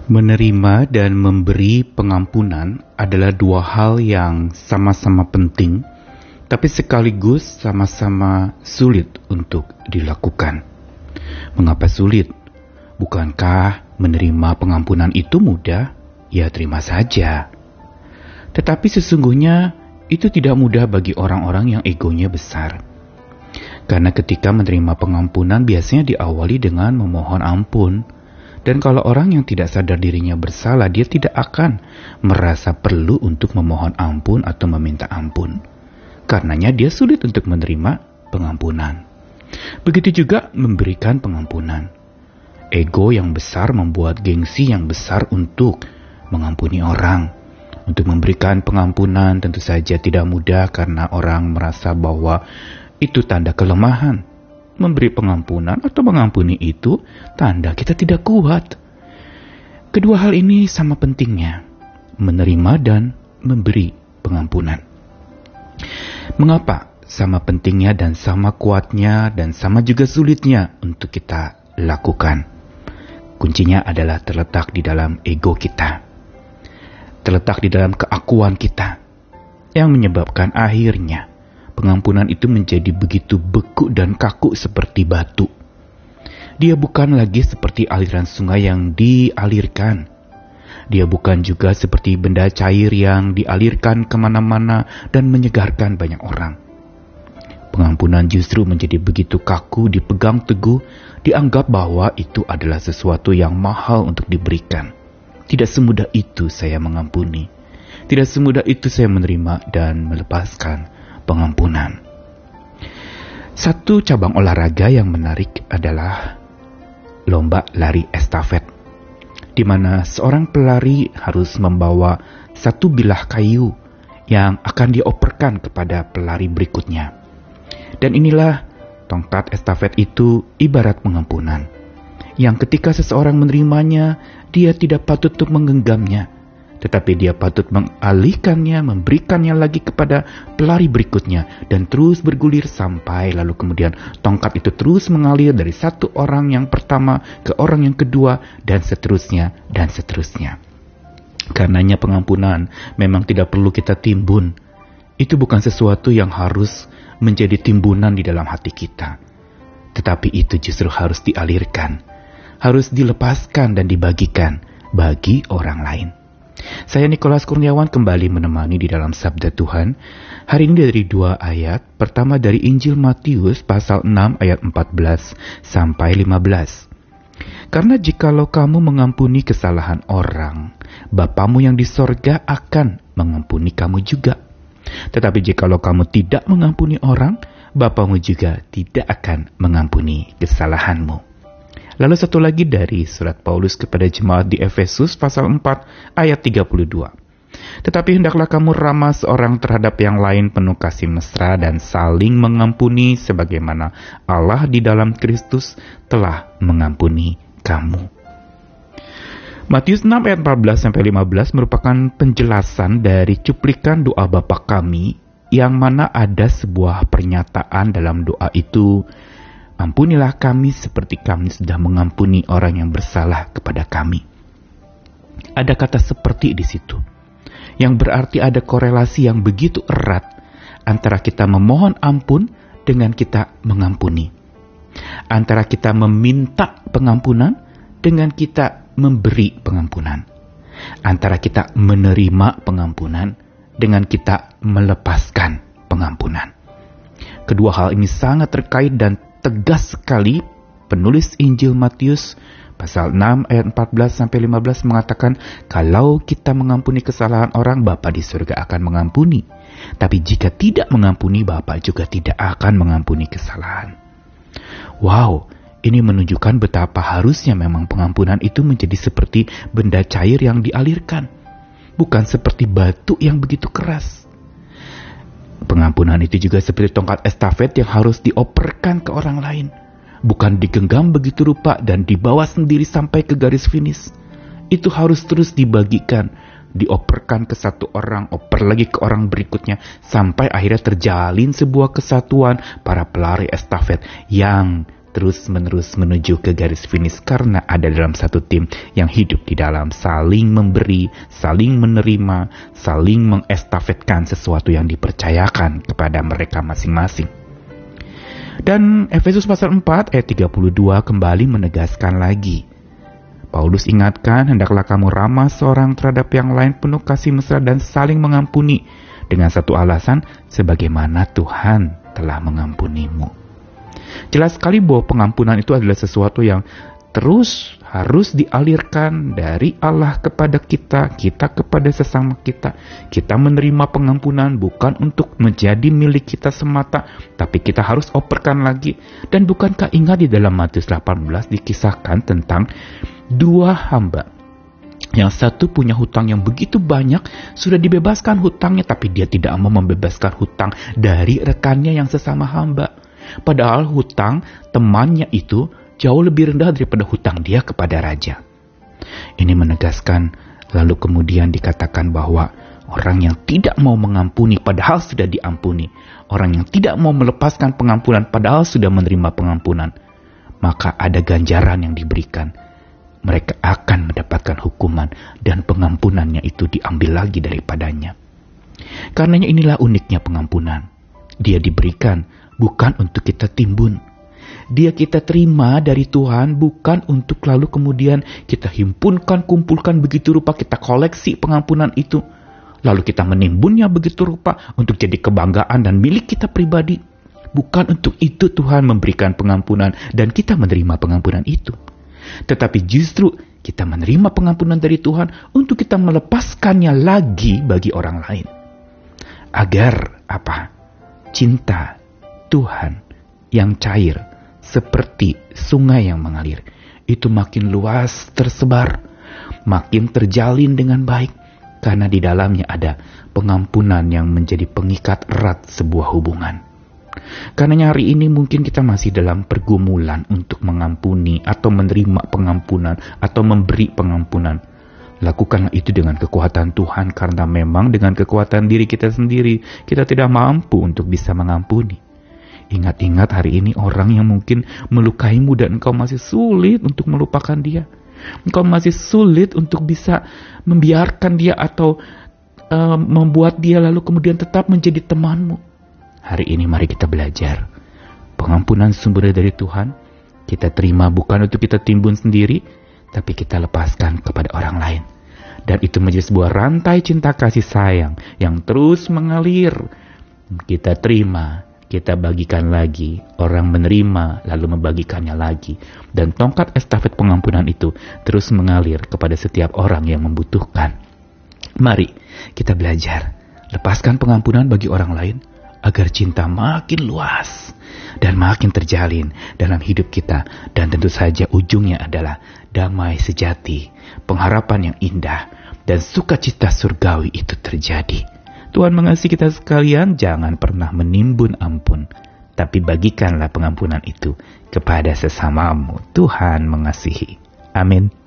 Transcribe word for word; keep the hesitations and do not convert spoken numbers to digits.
Menerima dan memberi pengampunan adalah dua hal yang sama-sama penting, tapi sekaligus sama-sama sulit untuk dilakukan. Mengapa sulit? Bukankah menerima pengampunan itu mudah? Ya, terima saja. Tetapi sesungguhnya itu tidak mudah bagi orang-orang yang egonya besar. Karena ketika menerima pengampunan biasanya diawali dengan memohon ampun. Dan kalau orang yang tidak sadar dirinya bersalah, dia tidak akan merasa perlu untuk memohon ampun atau meminta ampun. Karenanya dia sulit untuk menerima pengampunan. Begitu juga memberikan pengampunan. Ego yang besar membuat gengsi yang besar untuk mengampuni orang. Untuk memberikan pengampunan tentu saja tidak mudah karena orang merasa bahwa itu tanda kelemahan. Memberi pengampunan atau mengampuni itu tanda kita tidak kuat. Kedua hal ini sama pentingnya, menerima dan memberi pengampunan. Mengapa sama pentingnya dan sama kuatnya dan sama juga sulitnya untuk kita lakukan? Kuncinya adalah terletak di dalam ego kita. Terletak di dalam keakuan kita yang menyebabkan akhirnya pengampunan itu menjadi begitu beku dan kaku seperti batu. Dia bukan lagi seperti aliran sungai yang dialirkan. Dia bukan juga seperti benda cair yang dialirkan kemana-mana dan menyegarkan banyak orang. Pengampunan justru menjadi begitu kaku, dipegang teguh, dianggap bahwa itu adalah sesuatu yang mahal untuk diberikan. Tidak semudah itu saya mengampuni. Tidak semudah itu saya menerima dan melepaskan pengampunan. Satu cabang olahraga yang menarik adalah lomba lari estafet, di mana seorang pelari harus membawa satu bilah kayu yang akan dioperkan kepada pelari berikutnya. Dan inilah tongkat estafet itu ibarat pengampunan, yang ketika seseorang menerimanya, dia tidak patut untuk menggenggamnya, tetapi dia patut mengalihkannya, memberikannya lagi kepada pelari berikutnya, dan terus bergulir sampai lalu kemudian tongkat itu terus mengalir dari satu orang yang pertama ke orang yang kedua, dan seterusnya, dan seterusnya. Karenanya pengampunan memang tidak perlu kita timbun. Itu bukan sesuatu yang harus menjadi timbunan di dalam hati kita. Tetapi itu justru harus dialirkan, harus dilepaskan dan dibagikan bagi orang lain. Saya Nikolas Kurniawan kembali menemani di dalam Sabda Tuhan. Hari ini dari dua ayat. Pertama dari Injil Matius pasal enam ayat empat belas sampai lima belas. Karena jikalau kamu mengampuni kesalahan orang, Bapamu yang di sorga akan mengampuni kamu juga. Tetapi jikalau kamu tidak mengampuni orang, Bapamu juga tidak akan mengampuni kesalahanmu. Lalu satu lagi dari surat Paulus kepada jemaat di Efesus pasal empat ayat tiga puluh dua. Tetapi hendaklah kamu ramah seorang terhadap yang lain penuh kasih mesra dan saling mengampuni sebagaimana Allah di dalam Kristus telah mengampuni kamu. Matius enam ayat empat belas sampai lima belas merupakan penjelasan dari cuplikan doa Bapa kami, yang mana ada sebuah pernyataan dalam doa itu, ampunilah kami seperti kami sudah mengampuni orang yang bersalah kepada kami. Ada kata seperti di situ, yang berarti ada korelasi yang begitu erat antara kita memohon ampun dengan kita mengampuni. Antara kita meminta pengampunan dengan kita memberi pengampunan. Antara kita menerima pengampunan dengan kita melepaskan pengampunan. Kedua hal ini sangat terkait dan tegas sekali. Penulis Injil Matius pasal enam ayat empat belas sampai lima belas mengatakan, kalau kita mengampuni kesalahan orang, Bapa di surga akan mengampuni. Tapi jika tidak mengampuni, Bapa juga tidak akan mengampuni kesalahan. Wow, ini menunjukkan betapa harusnya memang pengampunan itu menjadi seperti benda cair yang dialirkan, bukan seperti batu yang begitu keras. Pengampunan itu juga seperti tongkat estafet yang harus dioperkan ke orang lain, bukan digenggam begitu rupa dan dibawa sendiri sampai ke garis finish. Itu harus terus dibagikan, dioperkan ke satu orang, oper lagi ke orang berikutnya, sampai akhirnya terjalin sebuah kesatuan para pelari estafet yang terus-menerus menuju ke garis finish karena ada dalam satu tim yang hidup di dalam saling memberi, saling menerima, saling mengestafetkan sesuatu yang dipercayakan kepada mereka masing-masing. Dan Efesus pasal empat ayat tiga puluh dua kembali menegaskan lagi. Paulus ingatkan, hendaklah kamu ramah seorang terhadap yang lain penuh kasih mesra dan saling mengampuni dengan satu alasan, sebagaimana Tuhan telah mengampunimu. Jelas sekali bahwa pengampunan itu adalah sesuatu yang terus harus dialirkan dari Allah kepada kita, kita kepada sesama kita. Kita menerima pengampunan bukan untuk menjadi milik kita semata, tapi kita harus operkan lagi. Dan bukankah ingat di dalam Matius delapan belas dikisahkan tentang dua hamba. Yang satu punya hutang yang begitu banyak, sudah dibebaskan hutangnya, tapi dia tidak mau membebaskan hutang dari rekannya yang sesama hamba. Padahal hutang temannya itu jauh lebih rendah daripada hutang dia kepada raja. Ini menegaskan, lalu kemudian dikatakan bahwa orang yang tidak mau mengampuni padahal sudah diampuni, orang yang tidak mau melepaskan pengampunan padahal sudah menerima pengampunan, maka ada ganjaran yang diberikan. Mereka akan mendapatkan hukuman dan pengampunannya itu diambil lagi daripadanya. Karenanya inilah uniknya pengampunan. Dia diberikan bukan untuk kita timbun. Dia kita terima dari Tuhan bukan untuk lalu kemudian kita himpunkan, kumpulkan begitu rupa, kita koleksi pengampunan itu. Lalu kita menimbunnya begitu rupa untuk jadi kebanggaan dan milik kita pribadi. Bukan untuk itu Tuhan memberikan pengampunan dan kita menerima pengampunan itu. Tetapi justru kita menerima pengampunan dari Tuhan untuk kita melepaskannya lagi bagi orang lain. Agar apa? Cinta Tuhan yang cair seperti sungai yang mengalir itu makin luas tersebar, makin terjalin dengan baik karena di dalamnya ada pengampunan yang menjadi pengikat erat sebuah hubungan. Karena hari ini mungkin kita masih dalam pergumulan untuk mengampuni atau menerima pengampunan atau memberi pengampunan. Lakukanlah itu dengan kekuatan Tuhan karena memang dengan kekuatan diri kita sendiri kita tidak mampu untuk bisa mengampuni. Ingat-ingat hari ini orang yang mungkin melukaimu dan engkau masih sulit untuk melupakan dia. Engkau masih sulit untuk bisa membiarkan dia atau uh, membuat dia lalu kemudian tetap menjadi temanmu. Hari ini mari kita belajar. Pengampunan sumbernya dari Tuhan. Kita terima bukan untuk kita timbun sendiri, tapi kita lepaskan kepada orang lain. Dan itu menjadi sebuah rantai cinta kasih sayang yang terus mengalir. Kita terima, kita bagikan lagi, orang menerima lalu membagikannya lagi. Dan tongkat estafet pengampunan itu terus mengalir kepada setiap orang yang membutuhkan. Mari kita belajar, lepaskan pengampunan bagi orang lain agar cinta makin luas dan makin terjalin dalam hidup kita. Dan tentu saja ujungnya adalah damai sejati, pengharapan yang indah, dan sukacita surgawi itu terjadi. Tuhan mengasihi kita sekalian, jangan pernah menimbun ampun, tapi bagikanlah pengampunan itu kepada sesamamu. Tuhan mengasihi. Amin.